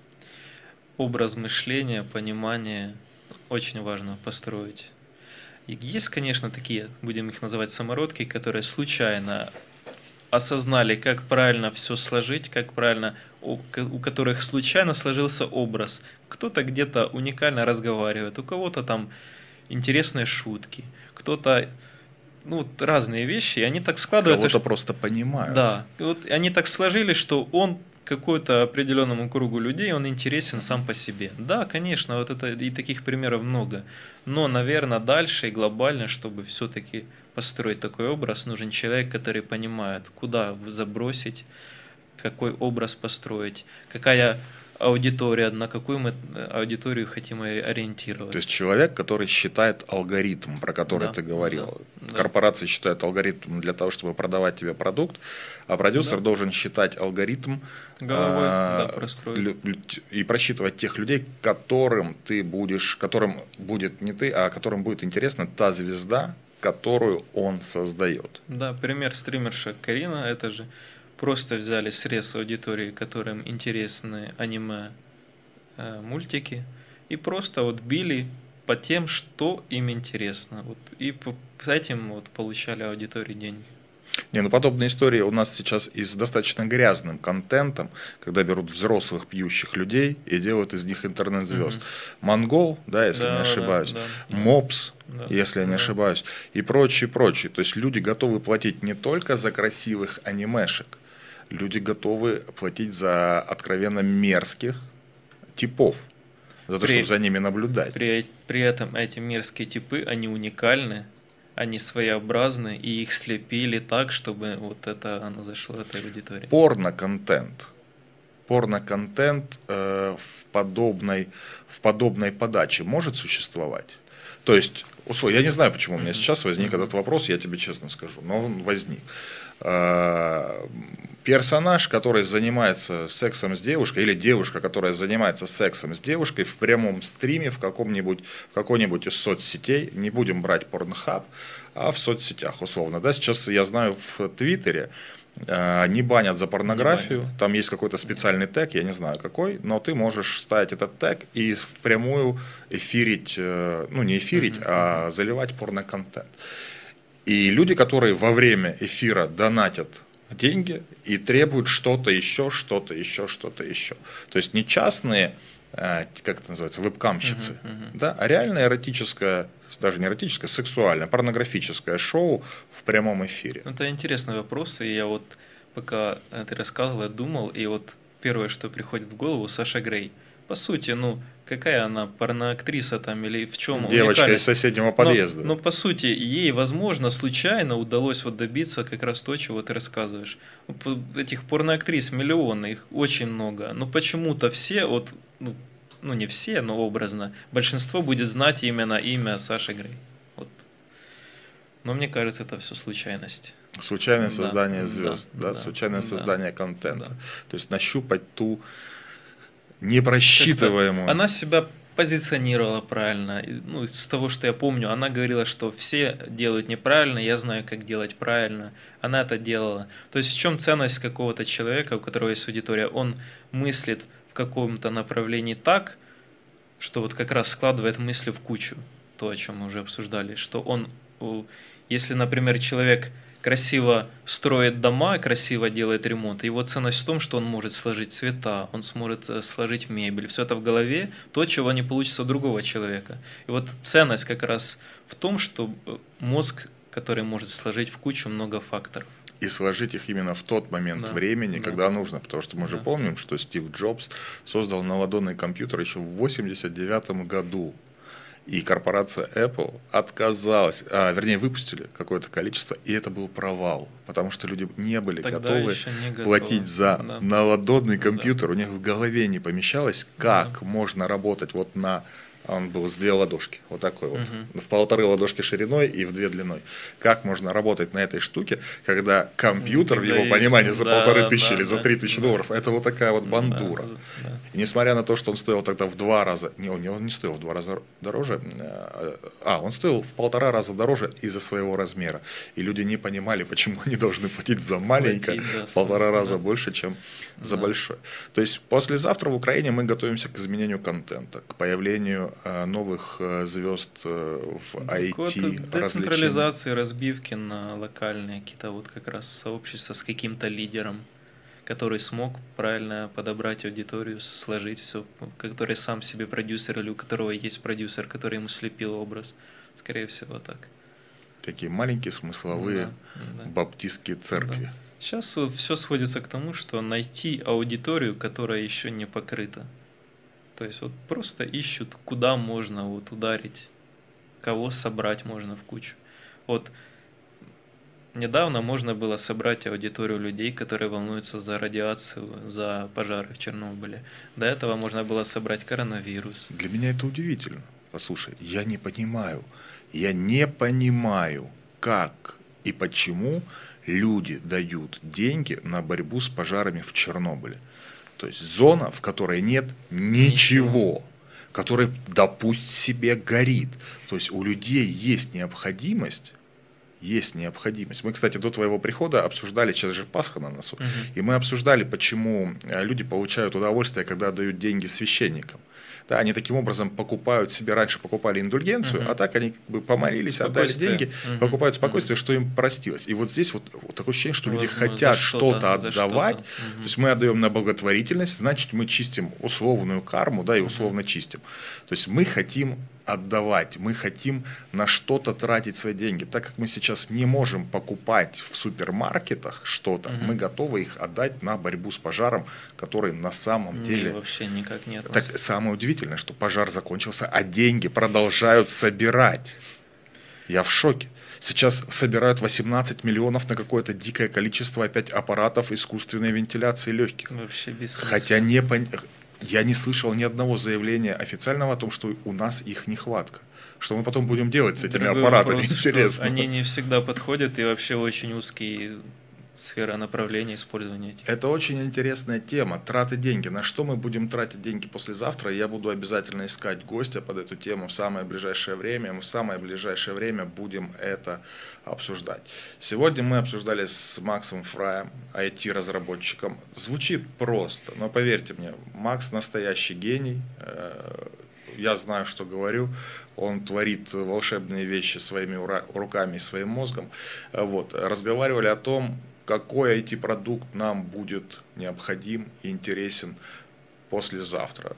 Образ мышления, понимание очень важно построить. Есть, конечно, такие, будем их называть самородки, которые случайно осознали, как правильно все сложить, как правильно, у которых случайно сложился образ. Кто-то где-то уникально разговаривает, у кого-то там интересные шутки, кто-то, ну, разные вещи, и они так складываются. Кого-то просто понимают. Да, вот они так сложились, что он какой-то определенному кругу людей, он интересен сам по себе. Да, конечно, вот это и таких примеров много. Но, наверное, дальше и глобально, чтобы все-таки построить такой образ, нужен человек, который понимает, куда забросить, какой образ построить, какая аудитория, на какую мы аудиторию хотим ориентироваться. То есть человек, который считает алгоритм, про который ты говорил. Да. Корпорации считают алгоритм для того, чтобы продавать тебе продукт, а продюсер должен считать алгоритм и просчитывать тех людей, которым будет не ты, а которым будет интересна та звезда, которую он создает. Да, пример стримерша Карина, это же просто взяли срез аудитории, которым интересны аниме, мультики, и просто вот били по тем, что им интересно. Вот, и с этим вот получали аудитории деньги. Не, ну подобные истории у нас сейчас и с достаточно грязным контентом, когда берут взрослых пьющих людей и делают из них интернет-звезд. Монгол, да, если не ошибаюсь, Мопс, если я не ошибаюсь, и прочее, прочее. То есть люди готовы платить не только за красивых анимешек, люди готовы платить за откровенно мерзких типов, за то, чтобы за ними наблюдать. При этом эти мерзкие типы, они уникальны, они своеобразны, и их слепили так, чтобы вот это оно зашло этой аудитории. Порно-контент в подобной подаче может существовать? То есть, я не знаю, почему у меня сейчас возник этот вопрос, я тебе честно скажу, но он возник. Персонаж, который занимается сексом с девушкой, или девушка, которая занимается сексом с девушкой в прямом стриме в какой-нибудь из соцсетей, не будем брать Pornhub, а в соцсетях условно. Да? Сейчас я знаю в Твиттере не банят за порнографию, там есть какой-то специальный тег, я не знаю какой, но ты можешь ставить этот тег и впрямую эфирить, ну не эфирить, а заливать порноконтент. И люди, которые во время эфира донатят деньги и требуют что-то еще. То есть не частные, как это называется, вебкамщицы, да, а реальное эротическое, даже не эротическое, сексуальное, порнографическое шоу в прямом эфире. Это интересный вопрос, и я вот пока ты рассказывал, я думал, и вот первое, что приходит в голову, Саша Грей. По сути, ну, какая она, порноактриса там или в чем? Девочка из соседнего подъезда. Но по сути, ей, возможно, случайно удалось вот добиться как раз то, чего ты рассказываешь. Этих порноактрис миллионы, их очень много. Но почему-то все, вот, ну не все, но образно, большинство будет знать именно имя Саши Грей. Вот. Но мне кажется, это все случайность. Случайное создание звезд, случайное создание контента. То есть нащупать ту непросчитываемую. Она себя позиционировала правильно. Ну, из того, что я помню, она говорила, что все делают неправильно, я знаю, как делать правильно. Она это делала. То есть в чем ценность какого-то человека, у которого есть аудитория? Он мыслит в каком-то направлении так, что вот как раз складывает мысли в кучу. То, о чем мы уже обсуждали. Что он, если, например, человек красиво строит дома, красиво делает ремонт. Его ценность в том, что он может сложить цвета, он сможет сложить мебель. Все это в голове, то, чего не получится у другого человека. И вот ценность как раз в том, что мозг, который может сложить в кучу много факторов. И сложить их именно в тот момент времени, когда нужно. Потому что мы же помним, что Стив Джобс создал наладонный компьютер еще в 1989 году. И корпорация Apple отказалась, вернее, выпустили какое-то количество, и это был провал, потому что люди не были готовы платить за наладонный компьютер. У них в голове не помещалось, как можно работать вот на... Он был с 2 ладошки, вот такой вот, в 1,5 ладошки шириной и в 2 длиной. Как можно работать на этой штуке, когда компьютер, в его понимании, за 1500 или за 3000 долларов, это вот такая вот бандура. И несмотря на то, что он стоил тогда в 2 раза, он не стоил в 2 раза дороже, он стоил в 1,5 раза дороже из-за своего размера. И люди не понимали, почему они должны платить за маленькое в 1,5 раза больше, чем за большое. То есть послезавтра в Украине мы готовимся к изменению контента, к появлению новых звезд в IT, децентрализации, разбивки на локальные какие-то вот как раз сообщества с каким-то лидером, который смог правильно подобрать аудиторию, сложить все, который сам себе продюсер или у которого есть продюсер, который ему слепил образ. Скорее всего так. Такие маленькие смысловые баптистские церкви. Да. Сейчас все сводится к тому, что найти аудиторию, которая еще не покрыта. То есть вот просто ищут, куда можно вот ударить, кого собрать можно в кучу. Вот недавно можно было собрать аудиторию людей, которые волнуются за радиацию, за пожары в Чернобыле. До этого можно было собрать коронавирус. Для меня это удивительно. Послушай, я не понимаю, как и почему люди дают деньги на борьбу с пожарами в Чернобыле. То есть зона, в которой нет ничего, которая, да пусть себе горит. То есть у людей есть необходимость есть необходимость. Мы, кстати, до твоего прихода обсуждали, сейчас же Пасха на носу, и мы обсуждали, почему люди получают удовольствие, когда дают деньги священникам. Да, они таким образом покупают себе, раньше покупали индульгенцию, а так они как бы помолились, отдали деньги, покупают спокойствие, что им простилось. И вот здесь вот такое ощущение, что люди хотят что-то отдавать. То есть мы отдаем на благотворительность, значит мы чистим условную карму, да, и условно чистим. То есть мы хотим отдавать, мы хотим на что-то тратить свои деньги. Так как мы сейчас не можем покупать в супермаркетах что-то, мы готовы их отдать на борьбу с пожаром, который на самом деле... вообще никак не относится. Так самое удивительное, что пожар закончился, а деньги продолжают собирать. Я в шоке. Сейчас собирают 18 миллионов на какое-то дикое количество опять аппаратов искусственной вентиляции легких. Вообще бессмысленно. Хотя я не слышал ни одного заявления официального о том, что у нас их нехватка. Что мы потом будем делать с этими аппаратами, интересно. Они не всегда подходят и вообще очень узкие сфера направления использования этих. Это очень интересная тема. Траты деньги. На что мы будем тратить деньги послезавтра? Я буду обязательно искать гостя под эту тему в самое ближайшее время. Мы в самое ближайшее время будем это обсуждать. Сегодня мы обсуждали с Максом Фраем, IT-разработчиком. Звучит просто, но поверьте мне, Макс настоящий гений. Я знаю, что говорю. Он творит волшебные вещи своими руками и своим мозгом. Вот. Разговаривали о том, какой IT-продукт нам будет необходим и интересен послезавтра.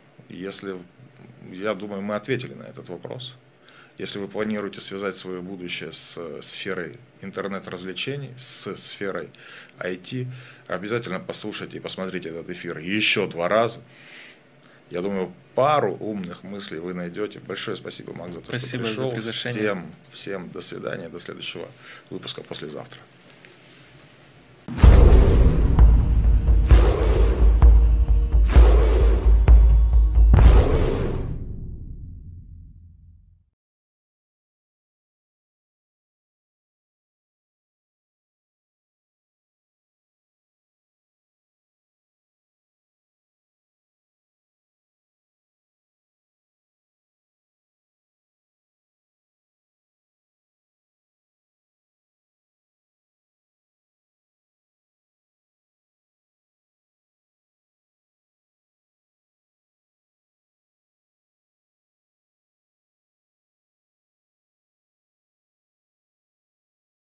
Я думаю, мы ответили на этот вопрос. Если вы планируете связать свое будущее с сферой интернет-развлечений, с сферой IT, обязательно послушайте и посмотрите этот эфир еще 2 раза. Я думаю, пару умных мыслей вы найдете. Большое спасибо, Макс, за то, что пришел. Спасибо за приглашение. Всем до свидания, до следующего выпуска послезавтра.